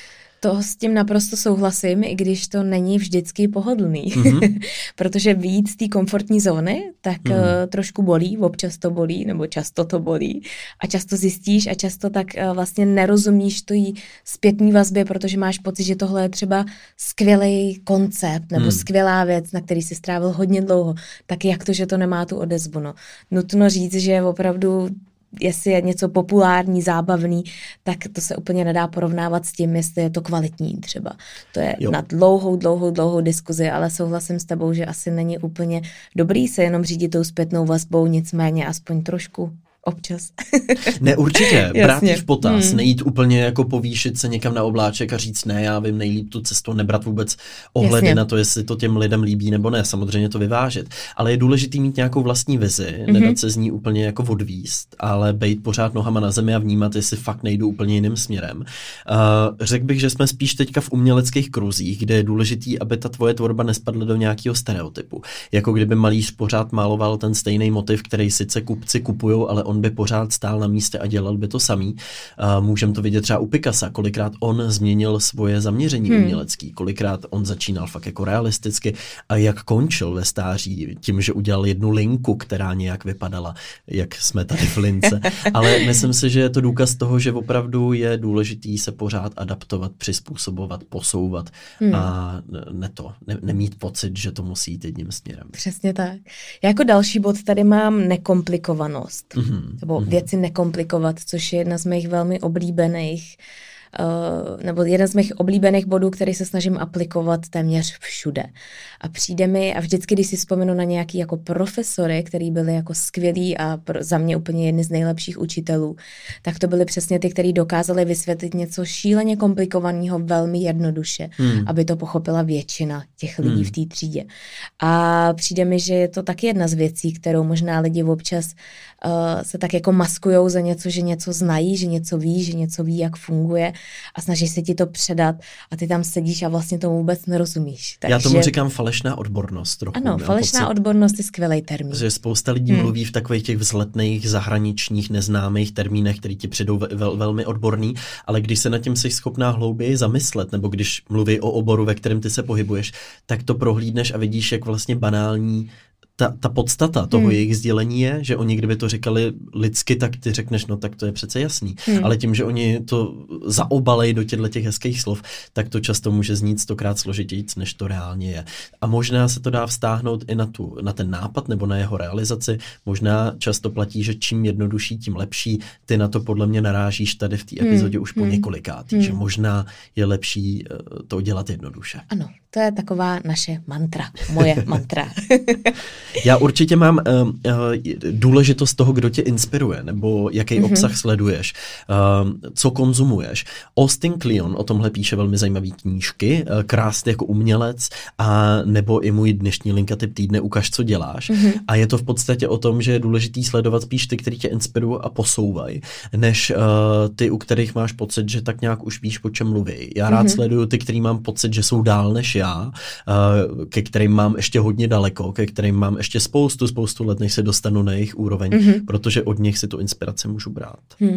To s tím naprosto souhlasím, i když to není vždycky pohodlný. Protože vyjít z té komfortní zóny, tak trošku bolí, občas to bolí, nebo často to bolí. A často zjistíš a často tak vlastně nerozumíš tý zpětný vazbě, protože máš pocit, že tohle je třeba skvělý koncept, nebo skvělá věc, na který jsi strávil hodně dlouho. Tak jak to, že to nemá tu odezvu? No. Nutno říct, že opravdu jestli je něco populární, zábavný, tak to se úplně nedá porovnávat s tím, jestli je to kvalitní třeba. To je na dlouhou diskuzi, ale souhlasím s tebou, že asi není úplně dobrý se jenom řídit tou zpětnou vazbou, nicméně aspoň trošku občas. Ne, určitě. Brát v potaz, nejít úplně jako povýšit se někam na obláček a říct ne, já vím nejlíp tu cestu, nebrat vůbec ohledy na to, jestli to těm lidem líbí nebo ne, samozřejmě to vyvážit. Ale je důležitý mít nějakou vlastní vizi, nedat se z ní úplně jako odvíst, ale bejt pořád nohama na zemi a vnímat, jestli fakt nejdu úplně jiným směrem. Řekl bych, že jsme spíš teďka v uměleckých kruzích, kde je důležitý, aby ta tvoje tvorba nespadla do nějakého stereotypu. Jako kdyby malíř pořád maloval ten stejný motiv, který sice kupci kupujou, ale on by pořád stál na místě a dělal by to samý. Můžeme to vidět třeba u Picassa, kolikrát on změnil svoje zaměření umělecký, kolikrát on začínal fakt jako realisticky a jak končil ve stáří tím, že udělal jednu linku, která nějak vypadala, jak jsme tady v lince. Ale myslím si, že je to důkaz toho, že opravdu je důležitý se pořád adaptovat, přizpůsobovat, posouvat a nemít pocit, že to musí jít jedním směrem. Přesně tak. Já jako další bod tady mám nekomplikovanost. Nebo věci nekomplikovat, což je jedna z mých velmi oblíbených nebo jeden z mých oblíbených bodů, který se snažím aplikovat téměř všude. A přijde mi, a vždycky, když si vzpomenu na nějaký jako profesory, který byli jako skvělí a za mě úplně jedni z nejlepších učitelů, tak to byli přesně ty, kteří dokázali vysvětlit něco šíleně komplikovaného velmi jednoduše, aby to pochopila většina těch lidí v té třídě. A přijde mi, že je to taky jedna z věcí, kterou možná lidi občas se tak jako maskujou za něco, že něco znají, že něco ví, jak funguje a snaží se ti to předat a ty tam sedíš a vlastně tomu vůbec nerozumíš. Takže... Já tomu říkám falešná odbornost trochu. Ano, falešná odbornost je skvělý termín. Že spousta lidí mluví v takových těch vzletných, zahraničních, neznámých termínech, který ti přijdou velmi odborný, ale když se nad tím jsi schopná hlouběji zamyslet, nebo když mluví o oboru, ve kterém ty se pohybuješ, tak to prohlídneš a vidíš, jak vlastně banální ta podstata toho jejich sdělení je, že oni kdyby to říkali lidsky, tak ty řekneš, no tak to je přece jasný. Ale tím, že oni to zaobalejí do těch hezkých slov, tak to často může znít 100krát složitějíc, než to reálně je. A možná se to dá vztáhnout i na ten nápad nebo na jeho realizaci. Možná často platí, že čím jednodušší, tím lepší. Ty na to podle mě narážíš tady v té epizodě už po několikátý, že možná je lepší to dělat jednoduše. Ano, to je taková naše mantra, moje mantra. Já určitě mám důležitost toho, kdo tě inspiruje, nebo jaký obsah sleduješ, co konzumuješ. inspiruješ. Austin Kleon o tomhle píše velmi zajímavé knížky, Krásný jako umělec, a nebo i můj dnešní linkatyp týdne Ukaž, co děláš. A je to v podstatě o tom, že je důležitý sledovat spíš ty, který tě inspirují a posouvají, než ty, u kterých máš pocit, že tak nějak už víš, po čem mluví. Já rád sleduju ty, který mám pocit, že jsou dál než já, ke kterým mám ještě hodně daleko, ke kterým mám ještě spoustu let, než se dostanu na jejich úroveň, protože od nich si tu inspiraci můžu brát.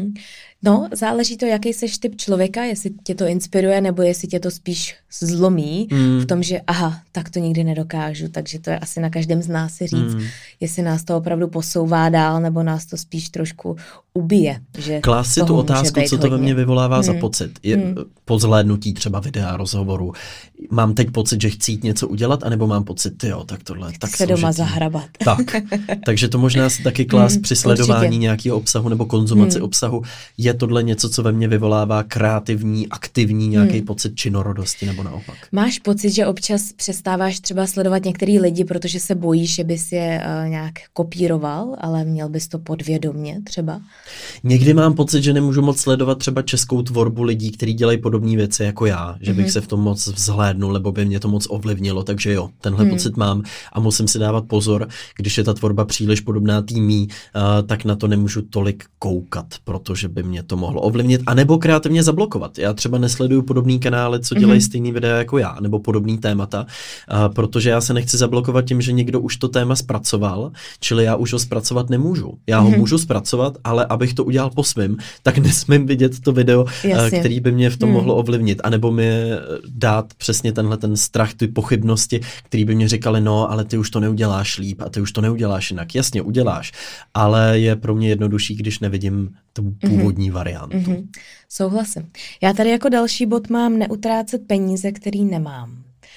No, záleží to, jaký seš typ člověka, jestli tě to inspiruje, nebo jestli tě to spíš zlomí v tom, že tak to nikdy nedokážu, takže to je asi na každém z nás si říct, jestli nás to opravdu posouvá dál, nebo nás to spíš trošku ubije. Klás si tu otázku, co to ve mně vyvolává za pocit. Je po zhlédnutí třeba videa, rozhovoru. Mám teď pocit, že chci jít něco udělat, anebo mám pocit, tak tohle tak se doma zahrabat. Tak, takže to možná si taky klást při sledování nějakého obsahu nebo konzumaci obsahu. Je tohle něco, co ve mně vyvolává kreativní, aktivní nějaký pocit činorodosti, nebo naopak? Máš pocit, že občas přestáváš třeba sledovat některý lidi, protože se bojíš, že bys je nějak kopíroval, ale měl bys to podvědomě třeba? Někdy mám pocit, že nemůžu moc sledovat třeba českou tvorbu lidí, kteří dělají podobné věci jako já, že bych se v tom moc vzhlédnul, nebo by mě to moc ovlivnilo, takže jo, tenhle pocit mám a musím si dávat pozor, když je ta tvorba příliš podobná týmí, tak na to nemůžu tolik koukat, protože by mě to mohlo ovlivnit, anebo kreativně zablokovat. Já třeba nesleduju podobný kanály, co dělají stejný videa jako já, nebo podobný témata, protože já se nechci zablokovat tím, že někdo už to téma zpracoval, čili já už ho zpracovat nemůžu. Já ho můžu zpracovat, ale abych to udělal po svým, tak nesmím vidět to video, který by mě v tom mohlo ovlivnit, anebo mi dát přesně tenhle ten strach, ty pochybnosti, který by mě říkali, no, ale ty už to neuděláš líp a ty už to neuděláš jinak. Jasně, uděláš, ale je pro mě jednodušší, když nevidím tu původní variantu. Souhlasím. Já tady jako další bod mám neutrácet peníze, který nemám.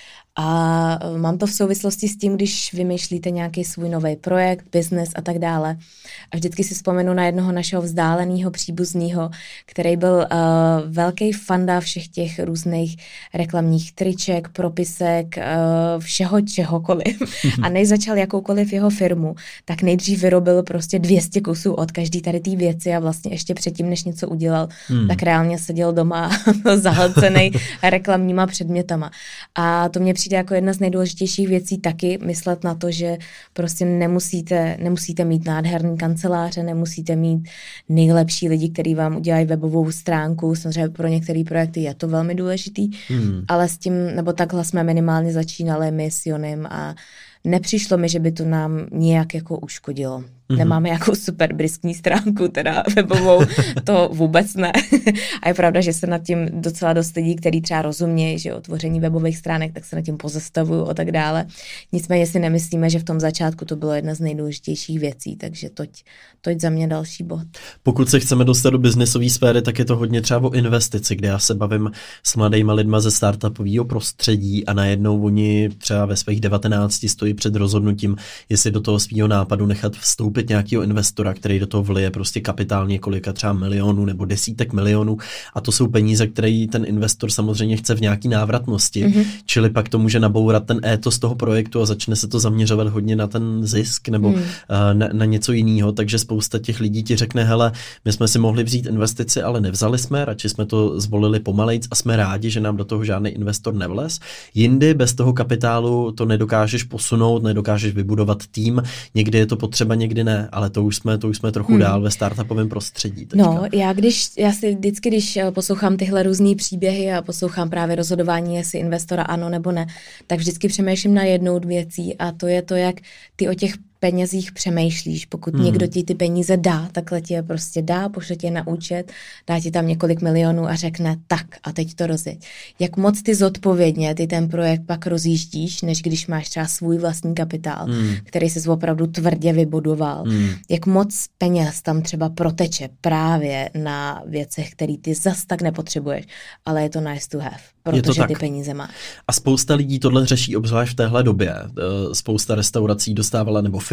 A mám to v souvislosti s tím, když vymýšlíte nějaký svůj nový projekt, business a tak dále. A vždycky si vzpomenu na jednoho našeho vzdáleného příbuzného, který byl velký fanda všech těch různých reklamních triček, propisek, všeho čehokoliv. A než začal jakoukoliv jeho firmu, tak nejdřív vyrobil prostě 200 kusů od každý tady té věci a vlastně ještě předtím, než něco udělal, tak reálně seděl doma zahlcený reklamníma předmětama. A to mě přijde jako jedna z nejdůležitějších věcí taky myslet na to, že prostě nemusíte mít nádherný kanceláře, nemusíte mít nejlepší lidi, kteří vám udělají webovou stránku, samozřejmě pro některé projekty je to velmi důležitý, ale s tím, nebo takhle jsme minimálně začínali my s Jonem a nepřišlo mi, že by to nám nějak jako uškodilo. Nemáme jako super briskní stránku, teda webovou, to vůbec ne. A je pravda, že se nad tím docela dost lidí, kteří třeba rozumějí, že o tvoření webových stránek, tak se nad tím pozastavují a tak dále. Nicméně si nemyslíme, že v tom začátku to bylo jedna z nejdůležitějších věcí, takže toť za mě další bod. Pokud se chceme dostat do biznesové sféry, tak je to hodně třeba o investici, kde já se bavím s mladýma lidma ze startupového prostředí a najednou oni třeba ve svých 19 stojí před rozhodnutím, jestli do toho svého nápadu nechat vstoupit nějakého investora, který do toho vlije prostě kapitál několika třeba milionů nebo desítek milionů a to jsou peníze, které ten investor samozřejmě chce v nějaký návratnosti, čili pak to může nabourat ten étos toho projektu a začne se to zaměřovat hodně na ten zisk nebo na něco jiného, takže spousta těch lidí ti řekne, hele, my jsme si mohli vzít investici, ale nevzali jsme, radši jsme to zvolili pomalejc a jsme rádi, že nám do toho žádný investor nevlez. Jindy bez toho kapitálu to nedokážeš posunout, nedokážeš vybudovat tým, někdy je to potřeba, někdy ne, ale to už jsme trochu dál ve startupovém prostředí. Teďka. No, já si vždycky, když poslouchám tyhle různý příběhy a poslouchám právě rozhodování, jestli investora ano nebo ne, tak vždycky přemýšlím na jednou věcí a to je to, jak ty o těch penězích přemýšlíš. Pokud někdo ti ty peníze dá, takhle ti je prostě dá, pošle tě na účet, dá ti tam několik milionů a řekne tak a teď to rozjeď. Jak moc ty zodpovědně ty ten projekt pak rozjíždíš, než když máš třeba svůj vlastní kapitál, který jsi opravdu tvrdě vybudoval. Jak moc peněz tam třeba proteče právě na věcech, které ty zas tak nepotřebuješ, ale je to nice to have, protože ty peníze máš. A spousta lidí tohle řeší obzvlášť v téhle době. Spousta restaurací dostávala nebo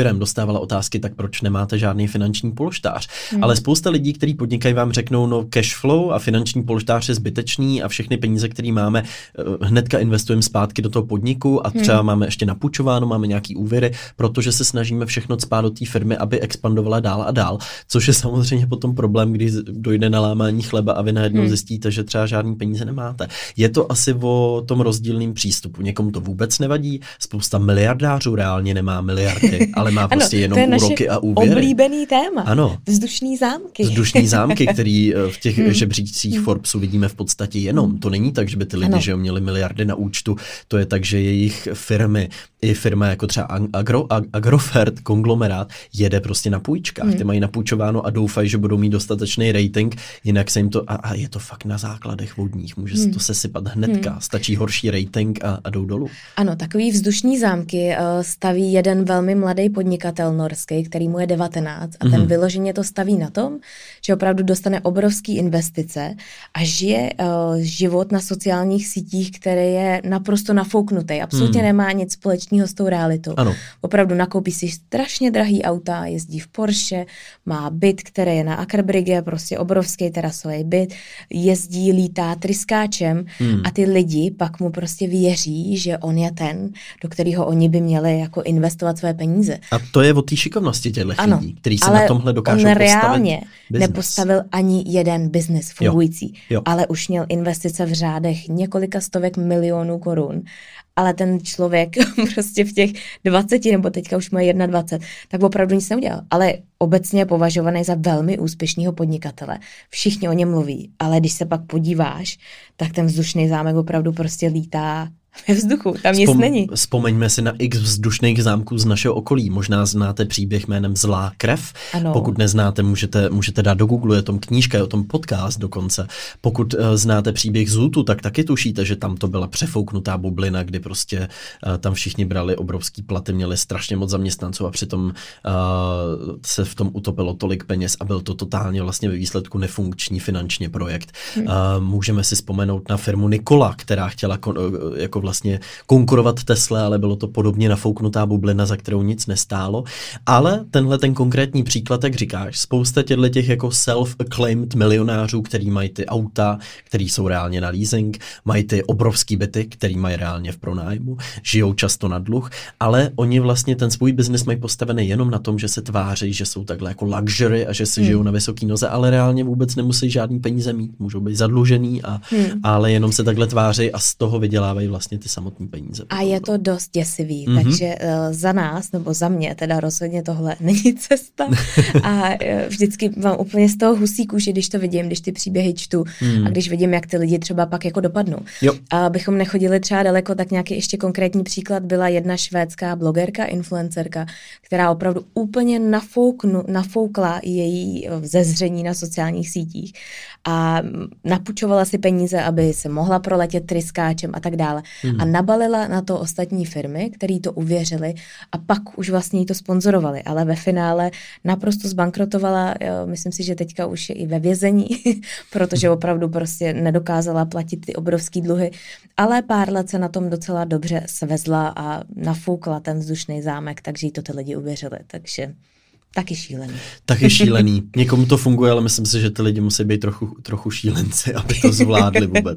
firem dostávala otázky, tak proč nemáte žádný finanční polštář. Ale spousta lidí, kteří podnikají, vám řeknou, no cash flow a finanční polštář je zbytečný a všechny peníze, které máme, hnedka investujeme zpátky do toho podniku a třeba máme ještě napůjčováno, máme nějaký úvěry, protože se snažíme všechno cpát do té firmy, aby expandovala dál a dál, což je samozřejmě potom problém, když dojde na lámání chleba a vy najednou zjistíte, že třeba žádný peníze nemáte. Je to asi o tom rozdílným přístupu. Někomu to vůbec nevadí, spousta miliardářů reálně nemá miliardy, ale má prostě jenom úroky a úvěry. Oblíbený téma. Ano. Vzdušný zámky. Vzdušný zámky, který v těch žebříčcích Forbesu vidíme v podstatě jenom. To není tak, že by ty lidi že měli miliardy na účtu. To je tak, že jejich firmy, i firma jako třeba Agrofert, konglomerát, jede prostě na půjčkách. Ty mají napůjčováno a doufají, že budou mít dostatečný rating, jinak se jim to, a je to fakt na základech vodních, může se to sesypat hnedka, stačí horší rating a jdou dolů. Ano, takový vzdušný zámky staví jeden velmi mladý podnikatel norský, který mu je 19 a ten vyloženě to staví na tom, že opravdu dostane obrovský investice a žije život na sociálních sítích, který je naprosto nafouknutý, absolutně nemá nic společného s tou realitou. Ano. Opravdu nakoupí si strašně drahý auta, jezdí v Porsche, má byt, který je na Akerbrygge, prostě obrovský terasový byt, jezdí, lítá tryskáčem a ty lidi pak mu prostě věří, že on je ten, do kterého oni by měli jako investovat své peníze. A to je o té šikovnosti těchto lidí, kteří se na tomhle dokážou on postavit. Reálně nepostavil ani jeden biznis fungující, ale už měl investice v řádech několika stovek milionů korun. Ale ten člověk prostě v těch 20, nebo teďka už má 21, tak opravdu nic neudělal. Ale obecně je považovaný za velmi úspěšného podnikatele. Všichni o něm mluví, ale když se pak podíváš, tak ten vzdušný zámek opravdu prostě lítá ve vzduchu, tam nic není. Vzpomeňme si na x vzdušných zámků z našeho okolí. Možná znáte příběh jménem Zlá krev. Ano. Pokud neznáte, můžete dát do Google, je tom knížka, je o tom podcast dokonce. Pokud znáte příběh Zootu, tak taky tušíte, že tam to byla přefouknutá bublina, kdy prostě tam všichni brali obrovský platy, měli strašně moc zaměstnanců a přitom se v tom utopilo tolik peněz a byl to totálně vlastně ve výsledku nefunkční finančně projekt. Můžeme si vzpomenout na firmu Nikola, která chtěla jako vlastně konkurovat Tesla, ale bylo to podobně nafouknutá bublina, za kterou nic nestálo. Ale ten konkrétní příklad, jak říkáš, spousta těch jako self-acclaimed milionářů, který mají ty auta, který jsou reálně na leasing, mají ty obrovský byty, který mají reálně v pronájmu, žijou často na dluh, ale oni vlastně ten svůj biznis mají postavený jenom na tom, že se tváří, že jsou takhle jako luxury a že si žijou na vysoký noze, ale reálně vůbec nemusí žádný peníze mít, můžou být zadlužený, ale jenom se takhle tváří a z toho vydělávají vlastně ty samotné peníze. A je to dost děsivý, takže za nás, nebo za mě, teda rozhodně tohle není cesta a vždycky mám úplně z toho husí kůži, když to vidím, když ty příběhy čtu a když vidím, jak ty lidi třeba pak jako dopadnou. Jo. A abychom nechodili třeba daleko, tak nějaký ještě konkrétní příklad byla jedna švédská blogerka, influencerka, která opravdu úplně nafoukla její vzezření na sociálních sítích a napůjčovala si peníze, aby se mohla proletět tryskáčem a tak dále. A nabalila na to ostatní firmy, který to uvěřili a pak už vlastně jí to sponzorovali, ale ve finále naprosto zbankrotovala, myslím si, že teďka už je i ve vězení, protože opravdu prostě nedokázala platit ty obrovský dluhy, ale pár let se na tom docela dobře svezla a nafoukla ten vzdušný zámek, takže jí to ty lidi uvěřili, takže taky šílený. Taky šílený. Někomu to funguje, ale myslím si, že ty lidi musí být trochu šílenci, aby to zvládli vůbec.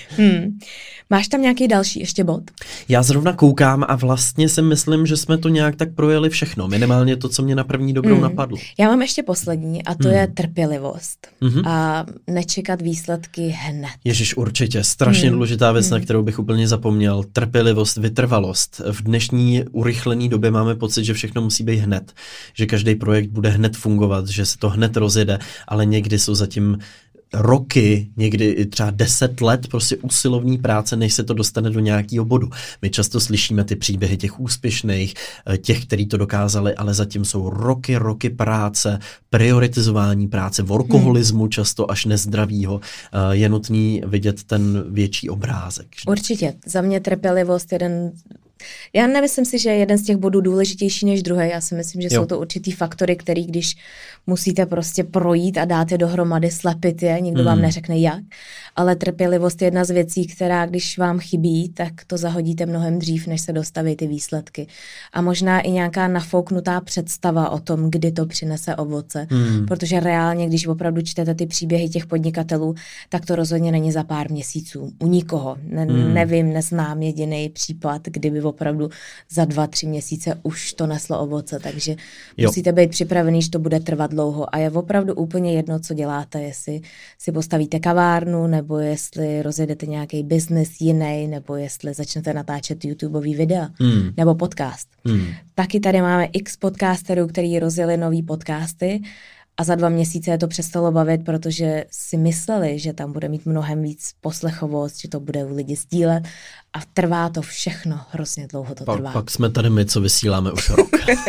Máš tam nějaký další ještě bod? Já zrovna koukám a vlastně si myslím, že jsme to nějak tak projeli všechno. Minimálně to, co mě na první dobrou napadlo. Já mám ještě poslední a to je trpělivost. A nečekat výsledky hned. Ježiš, určitě. Strašně důležitá věc, na kterou bych úplně zapomněl. Trpělivost, vytrvalost. V dnešní urychlené době máme pocit, že všechno musí být hned. Že každý projekt bude hned fungovat, že se to hned rozjede, ale někdy jsou zatím roky, někdy i třeba 10 let prostě usilovní práce, než se to dostane do nějakého bodu. My často slyšíme ty příběhy těch úspěšných, těch, kteří to dokázali, ale zatím jsou roky práce, prioritizování práce, workoholismu často až nezdravýho. Je nutný vidět ten větší obrázek. Určitě. Za mě trpělivost jeden Já nemyslím si, že je jeden z těch bodů důležitější než druhý. Já si myslím, že jsou to určitý faktory, který když musíte prostě projít a dát je dohromady, slepit je, nikdo vám neřekne jak, ale trpělivost je jedna z věcí, která když vám chybí, tak to zahodíte mnohem dřív, než se dostaví ty výsledky. A možná i nějaká nafouknutá představa o tom, kdy to přinese ovoce, protože reálně, když opravdu čtete ty příběhy těch podnikatelů, tak to rozhodně není za pár měsíců. U nikoho. Nevím, neznám jediný případ, kdyby opravdu za 2-3 měsíce už to neslo ovoce, takže musíte být připravený, že to bude trvat dlouho a je opravdu úplně jedno, co děláte, jestli si postavíte kavárnu, nebo jestli rozjedete nějaký biznis jiný, nebo jestli začnete natáčet YouTubeový videa, nebo podcast. Taky tady máme x podcasterů, kteří rozjeli nový podcasty a za 2 měsíce je to přestalo bavit, protože si mysleli, že tam bude mít mnohem víc poslechovost, že to bude u lidi sdílet a trvá to všechno, hrozně dlouho to trvá. Pak jsme tady my, co vysíláme už rok.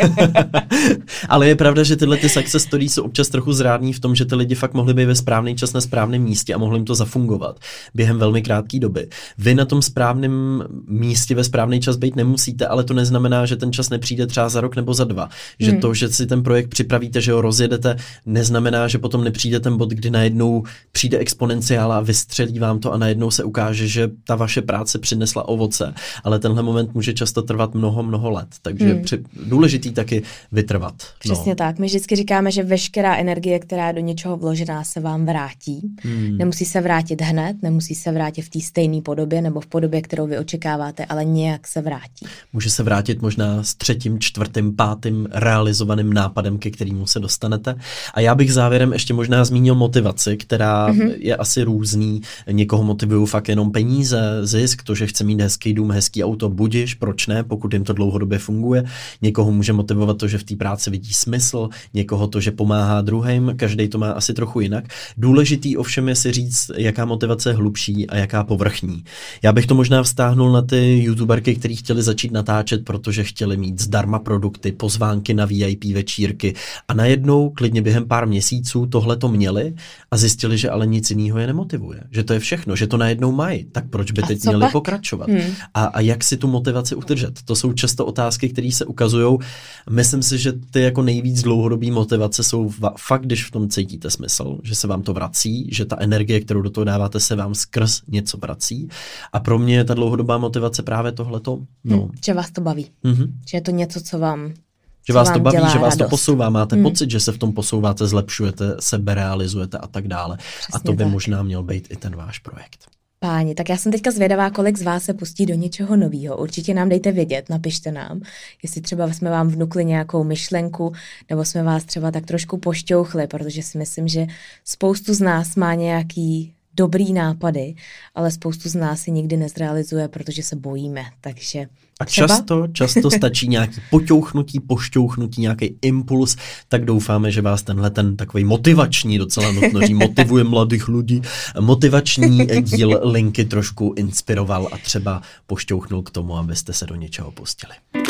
Ale je pravda, že tyhle ty success stories jsou občas trochu zrádný v tom, že ty lidi fakt mohli být ve správný čas na správném místě a mohlo jim to zafungovat během velmi krátké doby. Vy na tom správném místě ve správný čas být nemusíte, ale to neznamená, že ten čas nepřijde třeba za rok nebo za 2. Že to, že si ten projekt připravíte, že ho rozjedete, neznamená, že potom nepřijde ten bod, kdy najednou přijde exponenciál a vystřelí vám to a najednou se ukáže, že ta vaše práce přinesla ovoce, ale tenhle moment může často trvat mnoho let, takže důležitý taky vytrvat. Přesně tak. My vždycky říkáme, že veškerá energie, která je do něčeho vložená, se vám vrátí. Nemusí se vrátit hned, nemusí se vrátit v té stejné podobě nebo v podobě, kterou vy očekáváte, ale nějak se vrátí. Může se vrátit možná s 3., 4., 5. realizovaným nápadem, ke kterému se dostanete. A já bych závěrem ještě možná zmínil motivaci, která je asi různý. Někoho motivují fakt jenom peníze, zisk, to, že chce mít hezký dům, hezký auto, budiš, proč ne, pokud jim to dlouhodobě funguje. Někoho může motivovat to, že v té práci vidí smysl, někoho to, že pomáhá druhým, každý to má asi trochu jinak. Důležitý ovšem je si říct, jaká motivace je hlubší a jaká povrchní. Já bych to možná vztáhnul na ty youtuberky, kteří chtěli začít natáčet, protože chtěli mít zdarma produkty, pozvánky na VIP večírky a najednou klidně během pár měsíců tohle to měli a zjistili, že ale nic jiného je nemotivuje. Že to je všechno, že to najednou mají. Tak proč by teď měli pokračovat? A jak si tu motivaci udržet? To jsou často otázky, které se ukazují. Myslím si, že ty jako nejvíc dlouhodobý motivace jsou fakt, když v tom cítíte smysl, že se vám to vrací, že ta energie, kterou do toho dáváte, se vám skrz něco vrací. A pro mě je ta dlouhodobá motivace právě tohleto. Že vás to baví. Že je to něco, co vám že vás to baví, že vás to posouvá, máte pocit, že se v tom posouváte, zlepšujete, sebe realizujete a tak dále. Přesně a to by možná měl být i ten váš projekt. Páni, tak já jsem teďka zvědavá, kolik z vás se pustí do něčeho nového. Určitě nám dejte vědět, napište nám, jestli třeba jsme vám vnukli nějakou myšlenku, nebo jsme vás třeba tak trošku pošťouchli, protože si myslím, že spoustu z nás má nějaký dobrý nápady, ale spoustu z nás si nikdy nezrealizuje, protože se bojíme, takže a často stačí nějaký poťouchnutí, pošťouchnutí, nějaký impuls, tak doufáme, že vás tenhle ten takový motivační, docela nutnoří, motivuje mladých lidí, motivační díl Linky trošku inspiroval a třeba pošťouchnul k tomu, abyste se do něčeho pustili.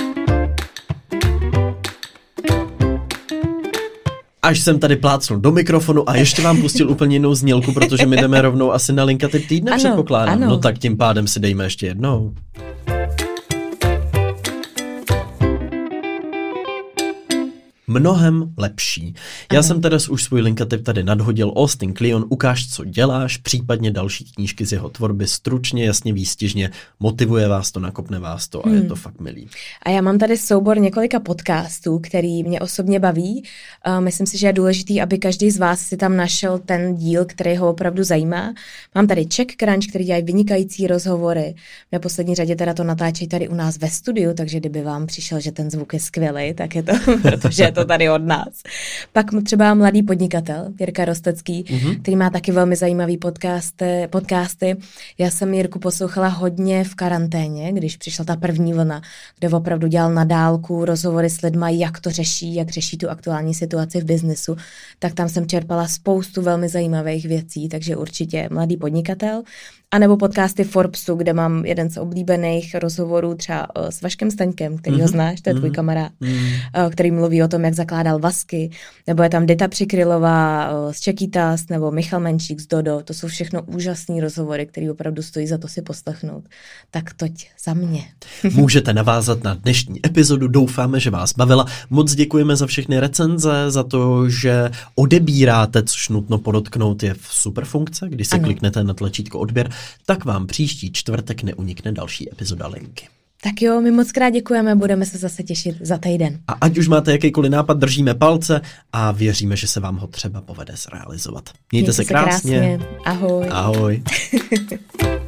Až jsem tady plácnul do mikrofonu a ještě vám pustil úplně jinou znělku, protože my jdeme rovnou asi na Linka typ týdne, předpokládám. Ano. No tak tím pádem si dejme ještě jednou. Mnohem lepší. Já jsem teda už svůj linkatyp tady nadhodil. Austin Kleon, ukáž, co děláš, případně další knížky z jeho tvorby, stručně, jasně, výstižně, motivuje vás to, nakopne vás to a je to fakt milý. A já mám tady soubor několika podcastů, který mě osobně baví. Myslím si, že je důležitý, aby každý z vás si tam našel ten díl, který ho opravdu zajímá. Mám tady Czech Crunch, který dělají vynikající rozhovory. V neposlední řadě teda to natáčejí tady u nás ve studiu, takže kdyby vám přišel, že ten zvuk je skvělý, tak je to, protože je to tady od nás. Pak třeba Mladý podnikatel, Jirka Rostecký, který má taky velmi zajímavý podcasty. Já jsem Jirku poslouchala hodně v karanténě, když přišla ta první vlna, kde opravdu dělal na dálku rozhovory s lidma, jak to řeší, jak řeší tu aktuální situaci v biznesu. Tak tam jsem čerpala spoustu velmi zajímavých věcí, takže určitě Mladý podnikatel. anebo podcasty Forbesu, kde mám jeden z oblíbených rozhovorů třeba s Vaškem Staňkem, který ho znáš, to je tvůj kamarád, který mluví o tom, jak zakládal Vasky, nebo je tam Dita Přikrylová z Čekytas, nebo Michal Menšík z Dodo. To jsou všechno úžasný rozhovory, který opravdu stojí za to si poslechnout. Tak toť za mě. Můžete navázat na dnešní epizodu, doufáme, že vás bavila. Moc děkujeme za všechny recenze, za to, že odebíráte, což nutno podotknout je v super funkce, když se kliknete na tlačítko odběr, tak vám příští čtvrtek neunikne další epizoda linky. Tak jo, my moc krát děkujeme, budeme se zase těšit za týden. A ať už máte jakýkoliv nápad, držíme palce a věříme, že se vám ho třeba povede zrealizovat. Mějte se krásně. Ahoj. Ahoj.